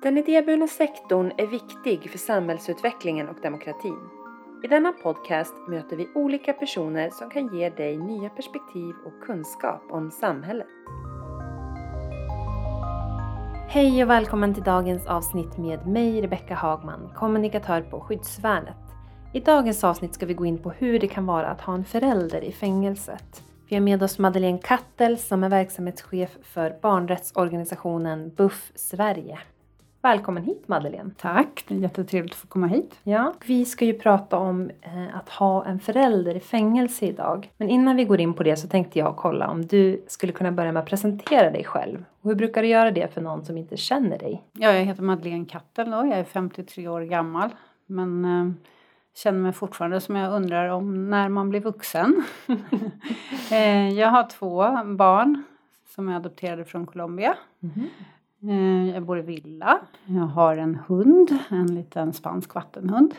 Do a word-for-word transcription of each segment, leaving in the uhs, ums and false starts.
Den idéburna sektorn är viktig för samhällsutvecklingen och demokratin. I denna podcast möter vi olika personer som kan ge dig nya perspektiv och kunskap om samhället. Hej och välkommen till dagens avsnitt med mig, Rebecka Hagman, kommunikatör på Skyddsvärnet. I dagens avsnitt ska vi gå in på hur det kan vara att ha en förälder i fängelset. Vi har med oss Madeleine Kattel som är verksamhetschef för barnrättsorganisationen B U F Sverige. Välkommen hit Madeleine. Tack, det är jättetrevligt att få komma hit. Ja, vi ska ju prata om eh, att ha en förälder i fängelse idag. Men innan vi går in på det så tänkte jag kolla om du skulle kunna börja med att presentera dig själv. Och hur brukar du göra det för någon som inte känner dig? Ja, jag heter Madeleine Kattel då. Jag är femtiotre år gammal. Men eh, känner mig fortfarande som jag undrar om när man blir vuxen. eh, jag har två barn som är adopterade från Colombia. Mm-hmm. Jag bor i villa. Jag har en hund, en liten spansk vattenhund.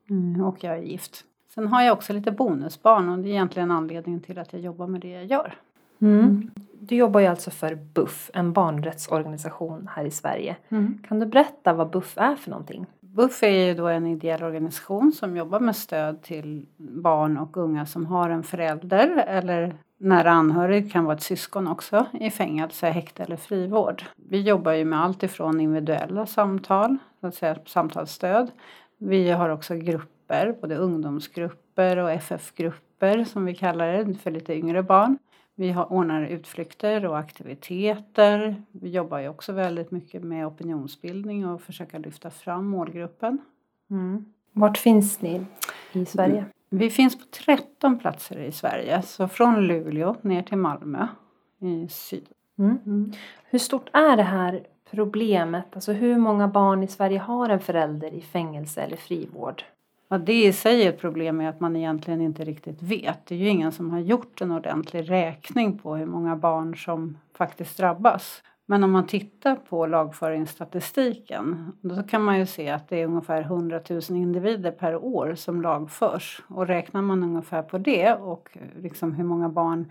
Och jag är gift. Sen har jag också lite bonusbarn och det är egentligen anledningen till att jag jobbar med det jag gör. Mm. Du jobbar ju alltså för B U F, en barnrättsorganisation här i Sverige. Mm. Kan du berätta vad B U F är för någonting? B U F är ju då en ideell organisation som jobbar med stöd till barn och unga som har en förälder eller nära anhörig, kan vara ett syskon också, i fängelse, häkte eller frivård. Vi jobbar ju med allt ifrån individuella samtal, så att säga samtalsstöd. Vi har också grupper, både ungdomsgrupper och F F-grupper som vi kallar det, för lite yngre barn. Vi har ordnar utflykter och aktiviteter. Vi jobbar ju också väldigt mycket med opinionsbildning och försöka lyfta fram målgruppen. Mm. Vart finns ni i Sverige? Mm. Vi finns på tretton platser i Sverige. Så från Luleå ner till Malmö i syd. Mm. Mm. Hur stort är det här problemet? Alltså hur många barn i Sverige har en förälder i fängelse eller frivård? Ja, det i sig är ett problem med att man egentligen inte riktigt vet. Det är ju ingen som har gjort en ordentlig räkning på hur många barn som faktiskt drabbas. Men om man tittar på lagföringsstatistiken då kan man ju se att det är ungefär hundratusen individer per år som lagförs. Och räknar man ungefär på det och liksom hur många barn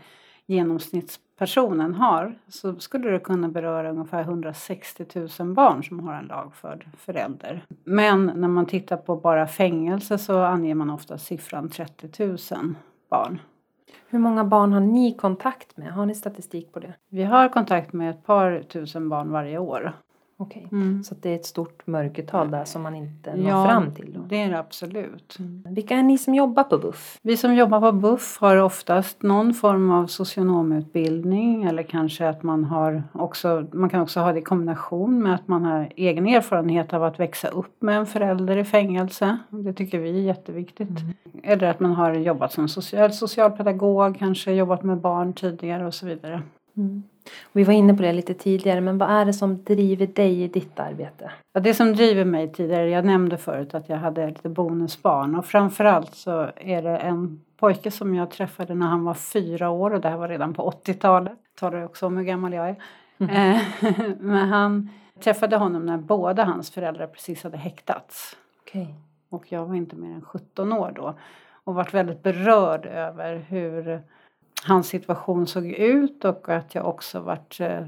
genomsnittspersonen har så skulle det kunna beröra ungefär hundrasextio tusen barn som har en lagförd förälder. Men när man tittar på bara fängelse så anger man ofta siffran trettio tusen barn. Hur många barn har ni kontakt med? Har ni statistik på det? Vi har kontakt med ett par tusen barn varje år. Okej, okay. mm. Så det är ett stort mörkertal där som man inte når ja, fram till då? Det är det absolut. Mm. Vilka är ni som jobbar på B U F? Vi som jobbar på B U F har oftast någon form av socionomutbildning. Eller kanske att man har också, man kan också ha det i kombination med att man har egen erfarenhet av att växa upp med en förälder i fängelse. Det tycker vi är jätteviktigt. Mm. Eller att man har jobbat som social, socialpedagog, kanske jobbat med barn tidigare och så vidare. Mm. Vi var inne på det lite tidigare, men vad är det som driver dig i ditt arbete? Ja, det som driver mig tidigare, jag nämnde förut att jag hade lite bonusbarn. Och framförallt så är det en pojke som jag träffade när han var fyra år. Och det här var redan på åttiotalet. Talar jag också om hur gammal jag är. Mm. Men han träffade honom när båda hans föräldrar precis hade häktats. Okay. Och jag var inte mer än sjutton år då. Och varit väldigt berörd över hur hans situation såg ut och att jag också varit eh,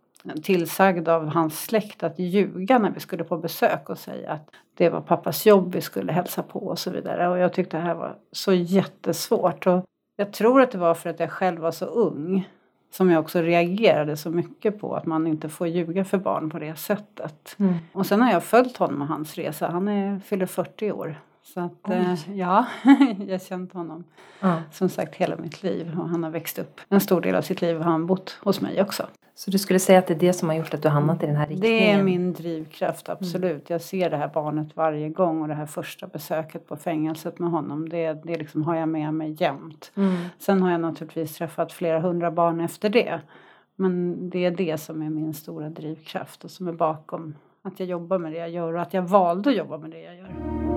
tillsagd av hans släkt att ljuga när vi skulle på besök och säga att det var pappas jobb vi skulle hälsa på och så vidare. Och jag tyckte det här var så jättesvårt. Och jag tror att det var för att jag själv var så ung som jag också reagerade så mycket på att man inte får ljuga för barn på det sättet. Mm. Och sen har jag följt honom och hans resa. Han är, fyller fyrtio år. Så att, eh, ja, jag har känt honom mm. som sagt hela mitt liv. Och han har växt upp. En stor del av sitt liv har han bott hos mig också. Så du skulle säga att det är det som har gjort att du hamnat i den här riktningen? Det är min drivkraft, absolut. Mm. Jag ser det här barnet varje gång. Och det här första besöket på fängelset med honom. Det, det liksom har jag med mig jämt. Mm. Sen har jag naturligtvis träffat flera hundra barn efter det. Men det är det som är min stora drivkraft. Och som är bakom att jag jobbar med det jag gör. Och att jag valde att jobba med det jag gör.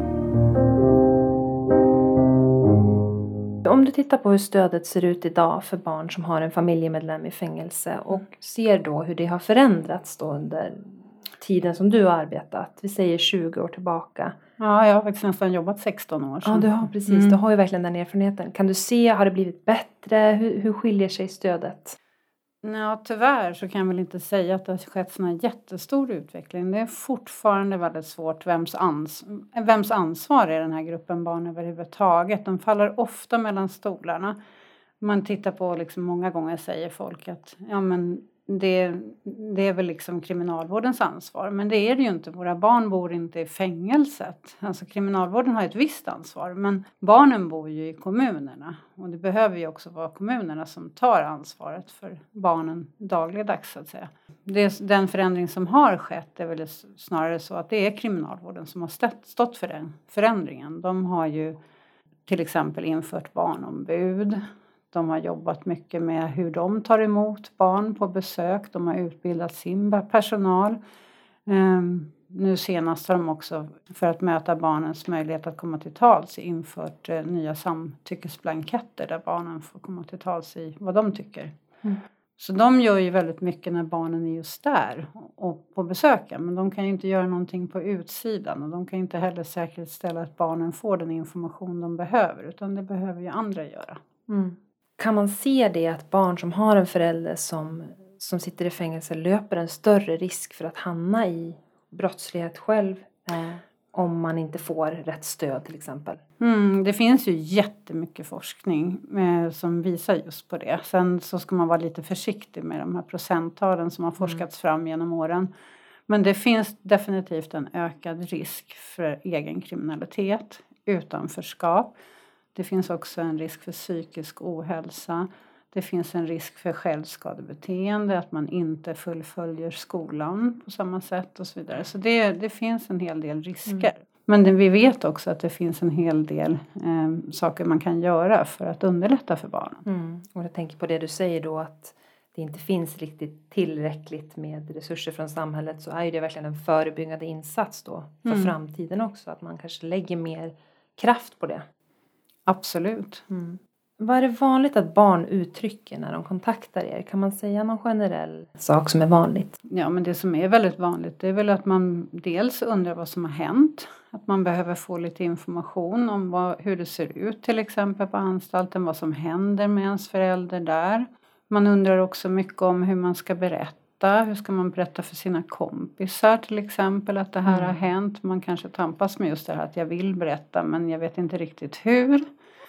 Om du tittar på hur stödet ser ut idag för barn som har en familjemedlem i fängelse och ser då hur det har förändrats då under tiden som du har arbetat, vi säger tjugo år tillbaka. Ja, jag har faktiskt nästan jobbat sexton år. Så. Ja, du har precis. Mm. Du har ju verkligen den erfarenheten. Kan du se, har det blivit bättre? Hur, hur skiljer sig stödet? Ja, tyvärr så kan jag väl inte säga att det har skett en jättestor utveckling. Det är fortfarande väldigt svårt vems, ans- vems ansvar är den här gruppen barn överhuvudtaget. De faller ofta mellan stolarna. Man tittar på, liksom, många gånger säger folk att ja, men det, det är väl liksom kriminalvårdens ansvar. Men det är det ju inte. Våra barn bor inte i fängelset. Alltså kriminalvården har ett visst ansvar. Men barnen bor ju i kommunerna. Och det behöver ju också vara kommunerna som tar ansvaret för barnen dagligdags, så att säga. Det, den förändring som har skett är väl snarare så att det är kriminalvården som har stått, stått för den förändringen. De har ju till exempel infört barnombud. De har jobbat mycket med hur de tar emot barn på besök. De har utbildat sin personal. Um, nu senast har de också, för att möta barnens möjlighet att komma till tals, infört uh, nya samtyckesblanketter där barnen får komma till tals i vad de tycker. Mm. Så de gör ju väldigt mycket när barnen är just där och på besöken. Men de kan ju inte göra någonting på utsidan. Och de kan inte heller säkerställa att barnen får den information de behöver. Utan det behöver ju andra göra. Mm. Kan man se det att barn som har en förälder som, som sitter i fängelse löper en större risk för att hamna i brottslighet själv eh, om man inte får rätt stöd till exempel? Mm, det finns ju jättemycket forskning eh, som visar just på det. Sen så ska man vara lite försiktig med de här procenttalen som har forskats mm. fram genom åren. Men det finns definitivt en ökad risk för egen kriminalitet, utanförskap. Det finns också en risk för psykisk ohälsa. Det finns en risk för självskadebeteende, att man inte fullföljer skolan på samma sätt och så vidare. Så det, det finns en hel del risker. Mm. Men det, vi vet också att det finns en hel del eh, saker man kan göra för att underlätta för barnen. Mm. Och jag tänker på det du säger då, att det inte finns riktigt tillräckligt med resurser från samhället, så är det verkligen en förebyggande insats då för mm. framtiden också. Att man kanske lägger mer kraft på det. Absolut. Mm. Vad är det vanligt att barn uttrycker när de kontaktar er? Kan man säga någon generell sak som är vanligt? Ja, men det som är väldigt vanligt, det är väl att man dels undrar vad som har hänt. Att man behöver få lite information om vad, hur det ser ut till exempel på anstalten. Vad som händer med ens förälder där. Man undrar också mycket om hur man ska berätta. Hur ska man berätta för sina kompisar till exempel att det här mm. har hänt. Man kanske tampas med just det här att jag vill berätta men jag vet inte riktigt hur.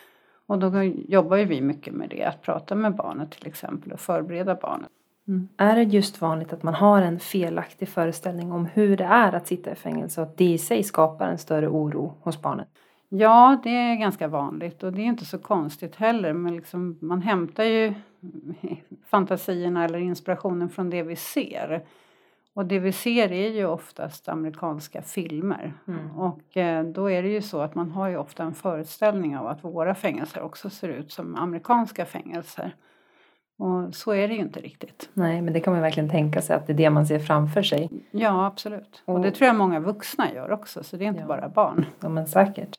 Och då jobbar ju vi mycket med det. Att prata med barnet till exempel och förbereda barnet. Mm. Är det just vanligt att man har en felaktig föreställning om hur det är att sitta i fängelse och att det i sig skapar en större oro hos barnet? Ja, det är ganska vanligt och det är inte så konstigt heller. Men liksom, man hämtar ju fantasierna eller inspirationen från det vi ser. Och det vi ser är ju oftast amerikanska filmer. Mm. Och eh, då är det ju så att man har ju ofta en föreställning av att våra fängelser också ser ut som amerikanska fängelser. Och så är det ju inte riktigt. Nej, men det kan man verkligen tänka sig att det är det man ser framför sig. Ja, absolut. Och, och det tror jag många vuxna gör också, så det är inte ja. bara barn. Ja, men säkert.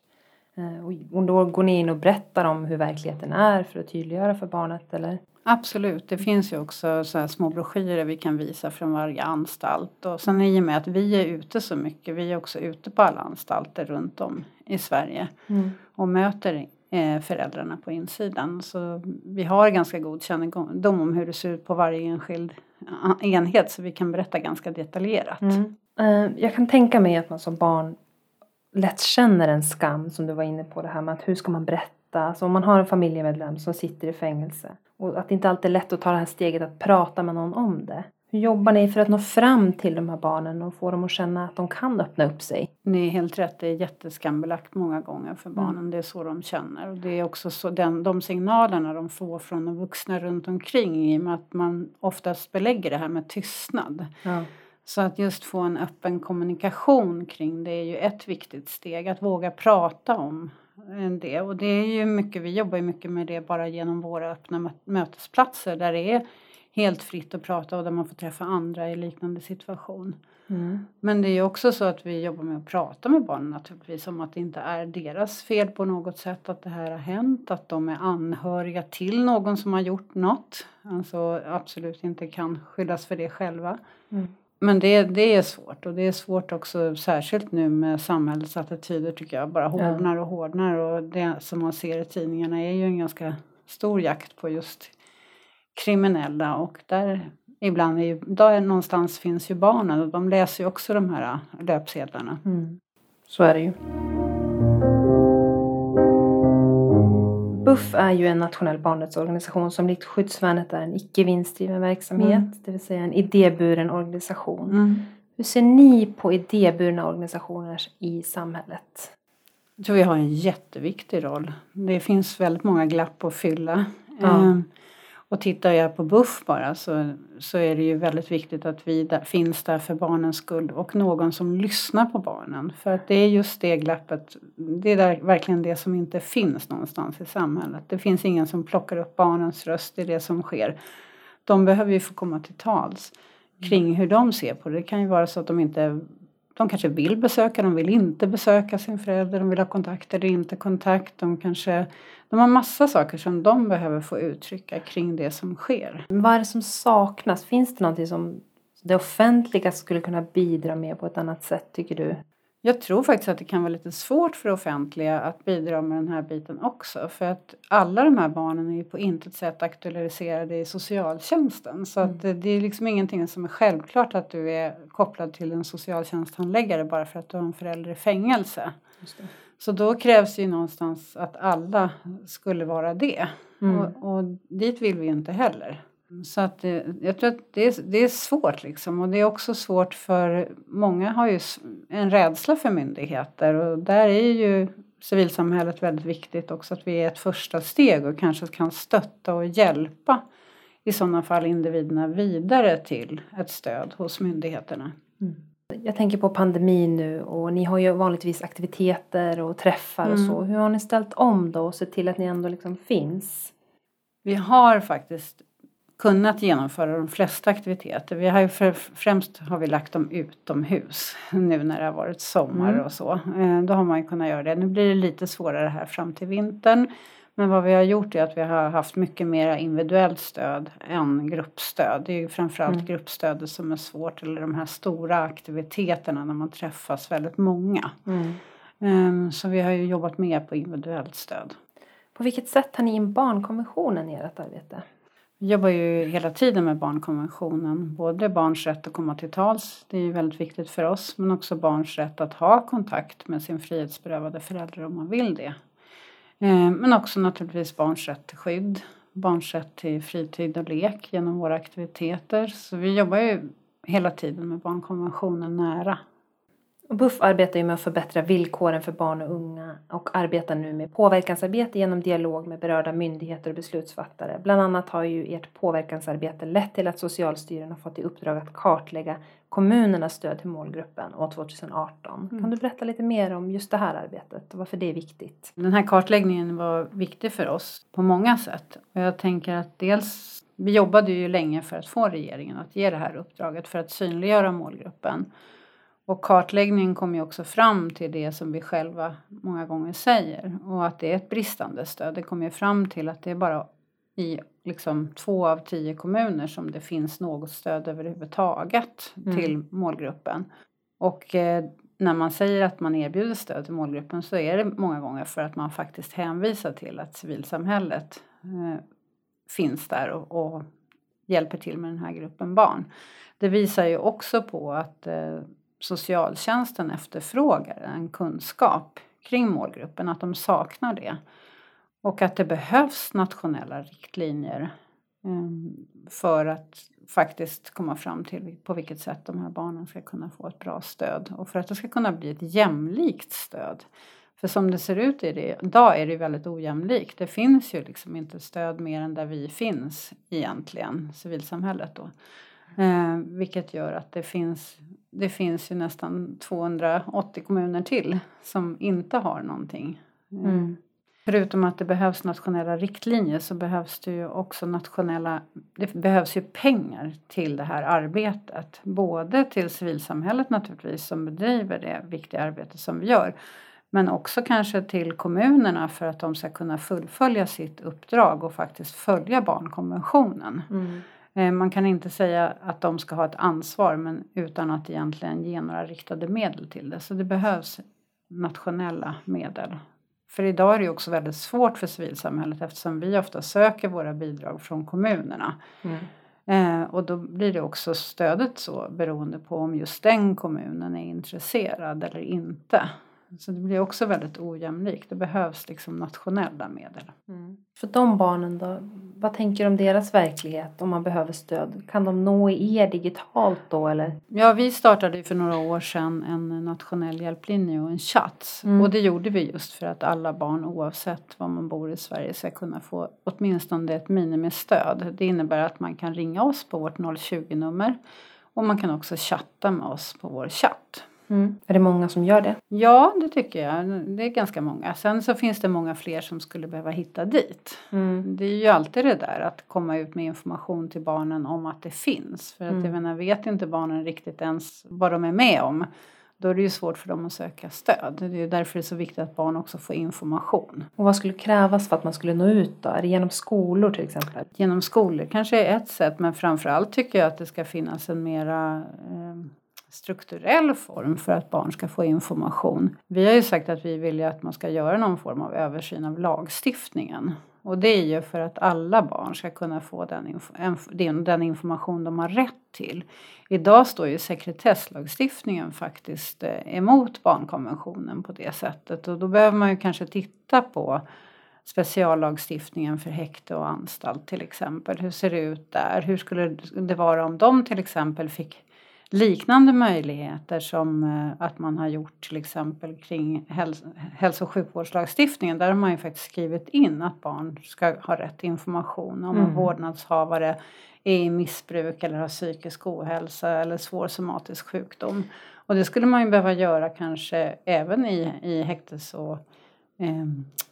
Och då går ni in och berättar om hur verkligheten är för att tydliggöra för barnet, eller? Absolut, det finns ju också så här små broschyrer vi kan visa från varje anstalt. Och sen i och med att vi är ute så mycket, vi är också ute på alla anstalter runt om i Sverige. Mm. Och möter eh, föräldrarna på insidan. Så vi har ganska god kännedom om hur det ser ut på varje enskild enhet. Så vi kan berätta ganska detaljerat. Mm. Uh, jag kan tänka mig att man som barn lätt känner en skam, som du var inne på, det här med att hur ska man berätta. Alltså om man har en familjemedlem som sitter i fängelse. Och att det inte alltid är lätt att ta det här steget att prata med någon om det. Hur jobbar ni för att nå fram till de här barnen och få dem att känna att de kan öppna upp sig? Ni är helt rätt, det är jätteskambelagt många gånger för barnen. Mm. Det är så de känner. Och det är också så den, de signalerna de får från de vuxna runt omkring, i och med att man oftast belägger det här med tystnad. Ja. Så att just få en öppen kommunikation kring det är ju ett viktigt steg. Att våga prata om det. Och det är ju mycket, vi jobbar ju mycket med det bara genom våra öppna mötesplatser. Där det är helt fritt att prata och där man får träffa andra i liknande situation. Mm. Men det är ju också så att vi jobbar med att prata med barnen naturligtvis. Om att det inte är deras fel på något sätt att det här har hänt. Att de är anhöriga till någon som har gjort något. Alltså absolut inte kan skyddas för det själva. Mm. Men det, det är svårt, och det är svårt också särskilt nu med samhällets attityder, tycker jag, bara hårdnar och hårdnar. Och det som man ser i tidningarna är ju en ganska stor jakt på just kriminella och där ibland är ju, där någonstans finns ju barnen och de läser ju också de här löpsedlarna. Mm. Så är det ju. B U F är ju en nationell barnrättsorganisation som likt Skyddsvärnet är en icke vinstdriven verksamhet. Mm. Det vill säga en idéburen organisation. Mm. Hur ser ni på idéburna organisationer i samhället? Jag tror vi har en jätteviktig roll. Det finns väldigt många glapp att fylla. Ja. Ehm, och tittar jag på B U F bara så, så är det ju väldigt viktigt att vi där, finns där för barnens skull. Och någon som lyssnar på barnen. För att det är just det glappet. Det är där, verkligen det som inte finns någonstans i samhället. Det finns ingen som plockar upp barnens röst i det som sker. De behöver ju få komma till tals kring hur de ser på det. Det kan ju vara så att de inte... De kanske vill besöka, de vill inte besöka sin förälder, de vill ha kontakt eller inte kontakt. De kanske, de har massa saker som de behöver få uttrycka kring det som sker. Vad är det som saknas? Finns det någonting som det offentliga skulle kunna bidra med på ett annat sätt, tycker du? Jag tror faktiskt att det kan vara lite svårt för det offentliga att bidra med den här biten också. För att alla de här barnen är ju på intet sätt aktualiserade i socialtjänsten. Så att det, det är liksom ingenting som är självklart att du är kopplad till en socialtjänsthandläggare bara för att du har en förälder i fängelse. Just det. Så då krävs ju någonstans att alla skulle vara det. Mm. Och, och dit vill vi inte heller. Så att det, jag tror att det är, det är svårt liksom. Och det är också svårt för många har ju en rädsla för myndigheter. Och där är ju civilsamhället väldigt viktigt också att vi är ett första steg. Och kanske kan stötta och hjälpa i sådana fall individerna vidare till ett stöd hos myndigheterna. Mm. Jag tänker på pandemin nu och ni har ju vanligtvis aktiviteter och träffar och mm. så. Hur har ni ställt om då och sett till att ni ändå liksom finns? Vi har faktiskt kunnat genomföra de flesta aktiviteter. Vi har ju för, främst har vi lagt dem utomhus nu när det har varit sommar mm. och så. Eh, då har man ju kunnat göra det. Nu blir det lite svårare här fram till vintern. Men vad vi har gjort är att vi har haft mycket mer individuellt stöd än gruppstöd. Det är ju framförallt mm. gruppstödet som är svårt. Eller de här stora aktiviteterna när man träffas väldigt många. Mm. Eh, så vi har ju jobbat mer på individuellt stöd. På vilket sätt har ni in barnkonventionen i ert arbete? Vi jobbar ju hela tiden med barnkonventionen. Både barns rätt att komma till tals, det är ju väldigt viktigt för oss. Men också barns rätt att ha kontakt med sin frihetsberövade förälder om man vill det. Men också naturligtvis barns rätt till skydd. Barns rätt till fritid och lek genom våra aktiviteter. Så vi jobbar ju hela tiden med barnkonventionen nära. Och B U F arbetar ju med att förbättra villkoren för barn och unga och arbetar nu med påverkansarbete genom dialog med berörda myndigheter och beslutsfattare. Bland annat har ju ert påverkansarbete lett till att Socialstyrelsen har fått i uppdrag att kartlägga kommunernas stöd till målgruppen år tjugoarton. Mm. Kan du berätta lite mer om just det här arbetet och varför det är viktigt? Den här kartläggningen var viktig för oss på många sätt. Och jag tänker att dels, vi jobbade ju länge för att få regeringen att ge det här uppdraget för att synliggöra målgruppen. Och kartläggningen kom ju också fram till det som vi själva många gånger säger. Och att det är ett bristande stöd. Det kom ju fram till att det är bara i liksom två av tio kommuner som det finns något stöd överhuvudtaget mm. till målgruppen. Och eh, när man säger att man erbjuder stöd till målgruppen så är det många gånger för att man faktiskt hänvisar till att civilsamhället eh, finns där och, och hjälper till med den här gruppen barn. Det visar ju också på att eh, socialtjänsten efterfrågar en kunskap kring målgruppen, att de saknar det. Och att det behövs nationella riktlinjer för att faktiskt komma fram till på vilket sätt de här barnen ska kunna få ett bra stöd. Och för att det ska kunna bli ett jämlikt stöd. För som det ser ut idag är det väldigt ojämlikt. Det finns ju liksom inte stöd mer än där vi finns egentligen, civilsamhället då. Eh, vilket gör att det finns, det finns ju nästan tvåhundraåttio kommuner till som inte har någonting. Mm. Förutom att det behövs nationella riktlinjer så behövs det ju också nationella, det behövs ju pengar till det här arbetet. Både till civilsamhället naturligtvis som bedriver det viktiga arbete som vi gör. Men också kanske till kommunerna för att de ska kunna fullfölja sitt uppdrag och faktiskt följa barnkonventionen. Mm. Man kan inte säga att de ska ha ett ansvar men utan att egentligen ge några riktade medel till det. Så det behövs nationella medel För idag är det också väldigt svårt för civilsamhället eftersom vi ofta söker våra bidrag från kommunerna. Mm. Eh, och då blir det också stödet så beroende på om just den kommunen är intresserad eller inte. Så det blir också väldigt ojämlikt. Det behövs liksom nationella medel. Mm. För de barnen då, vad tänker du om deras verklighet om man behöver stöd? Kan de nå er digitalt då eller? Ja, vi startade för några år sedan en nationell hjälplinje och en chatt. Mm. Och det gjorde vi just för att alla barn oavsett var man bor i Sverige ska kunna få åtminstone ett minimistöd. Det innebär att man kan ringa oss på vårt noll tjugo nummer och man kan också chatta med oss på vår chatt. Mm. Är det många som gör det? Ja, det tycker jag. Det är ganska många. Sen så finns det många fler som skulle behöva hitta dit. Mm. Det är ju alltid det där att komma ut med information till barnen om att det finns. För att mm. jag menar, vet inte barnen riktigt ens vad de är med om. Då är det ju svårt för dem att söka stöd. Det är ju därför det är så viktigt att barn också får information. Och vad skulle krävas för att man skulle nå ut då? Är det genom skolor till exempel? Genom skolor kanske är ett sätt. Men framförallt tycker jag att det ska finnas en mera... Eh, strukturell form för att barn ska få information. Vi har ju sagt att vi vill att man ska göra någon form av översyn av lagstiftningen. Och det är ju för att alla barn ska kunna få den, inf- den information de har rätt till. Idag står ju sekretesslagstiftningen faktiskt emot barnkonventionen på det sättet. Och då behöver man ju kanske titta på speciallagstiftningen för häkte och anstalt till exempel. Hur ser det ut där? Hur skulle det vara om de till exempel fick liknande möjligheter som att man har gjort till exempel kring häls- hälso- och sjukvårdslagstiftningen. Där har man ju faktiskt skrivit in att barn ska ha rätt information om mm. en vårdnadshavare är i missbruk eller har psykisk ohälsa eller svår somatisk sjukdom. Och det skulle man ju behöva göra kanske även i, i häktes- och eh,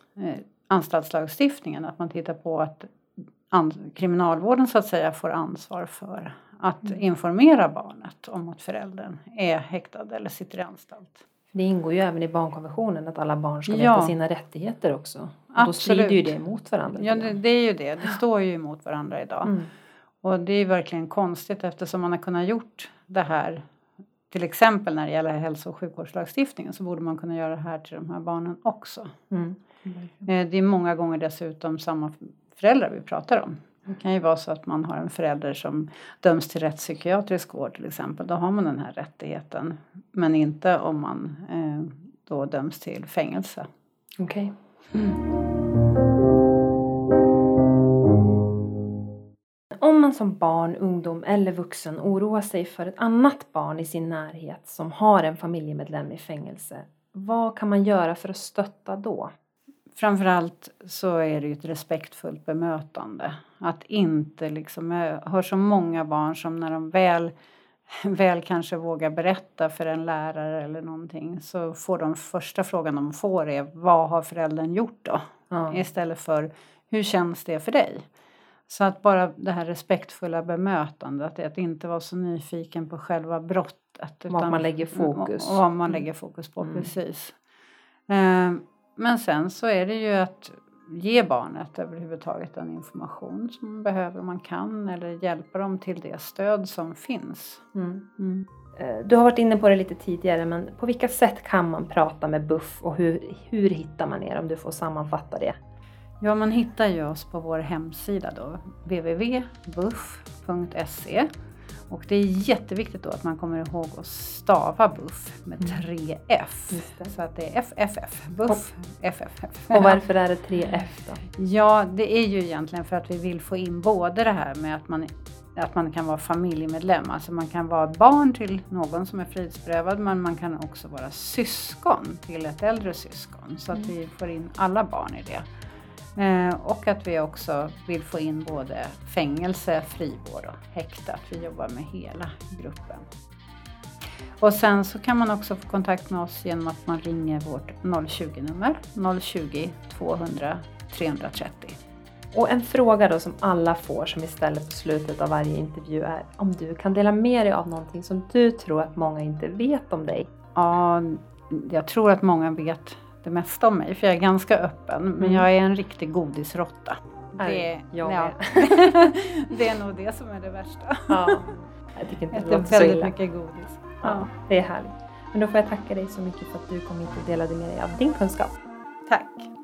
anstaltslagstiftningen. Att man tittar på att an- kriminalvården så att säga får ansvar för att informera barnet om att föräldern är häktad eller sitter i anstalt. Det ingår ju även i barnkonventionen att alla barn ska ja. veta sina rättigheter också. Och Absolut. Då strider ju det emot varandra. Ja, det, det är ju det. Det står ju emot varandra idag. Mm. Och det är verkligen konstigt eftersom man har kunnat gjort det här. Till exempel när det gäller hälso- och sjukvårdslagstiftningen så borde man kunna göra det här till de här barnen också. Mm. Mm. Det är många gånger dessutom samma föräldrar vi pratar om. Det kan ju vara så att man har en förälder som döms till rättspsykiatrisk vård till exempel. Då har man den här rättigheten. Men inte om man eh, då döms till fängelse. Okej. Okay. Mm. Om man som barn, ungdom eller vuxen oroar sig för ett annat barn i sin närhet som har en familjemedlem i fängelse. Vad kan man göra för att stötta då? Framförallt så är det ju ett respektfullt bemötande. Att inte liksom, jag hör så många barn som när de väl, väl kanske vågar berätta för en lärare eller någonting. Så får de första frågan de får är, vad har föräldern gjort då? Mm. Istället för, hur känns det för dig? Så att bara det här respektfulla bemötandet, att inte vara så nyfiken på själva brottet. Vad man lägger fokus. Och vad man lägger fokus på, mm. precis. Um, Men sen så är det ju att ge barnet överhuvudtaget den information som man behöver om man kan. Eller hjälpa dem till det stöd som finns. Mm. Mm. Du har varit inne på det lite tidigare, men på vilka sätt kan man prata med B U F och hur, hur hittar man er om du får sammanfatta det? Ja, man hittar ju oss på vår hemsida då, w w w punkt b u f punkt s e. Och det är jätteviktigt då att man kommer ihåg att stava B U F med tre F. Så att det är F F F. B U F, F F F. Och varför är det tre F då? Ja, det är ju egentligen för att vi vill få in både det här med att man, att man kan vara familjemedlem. Alltså man kan vara barn till någon som är frihetsberövad, men man kan också vara syskon till ett äldre syskon. Så att vi får in alla barn i det. Eh, och att vi också vill få in både fängelse, frivård och häkte. Att vi jobbar med hela gruppen. Och sen så kan man också få kontakt med oss genom att man ringer vårt noll tjugo nummer. noll tjugo, tvåhundra, trehundratrettio. Och en fråga då som alla får som vi ställer på slutet av varje intervju är om du kan dela med dig av någonting som du tror att många inte vet om dig. Ja, jag tror att många vet det mesta om mig, för jag är ganska öppen, men mm. jag är en riktig godisrotta. Det, är, jag ja. Det är nog det som är det värsta. Ja, jag tycker inte det låter väldigt illa. Mycket godis. Ja, ja, det är härligt. Men då får jag tacka dig så mycket för att du kom hit och delade med dig av din kunskap. Tack.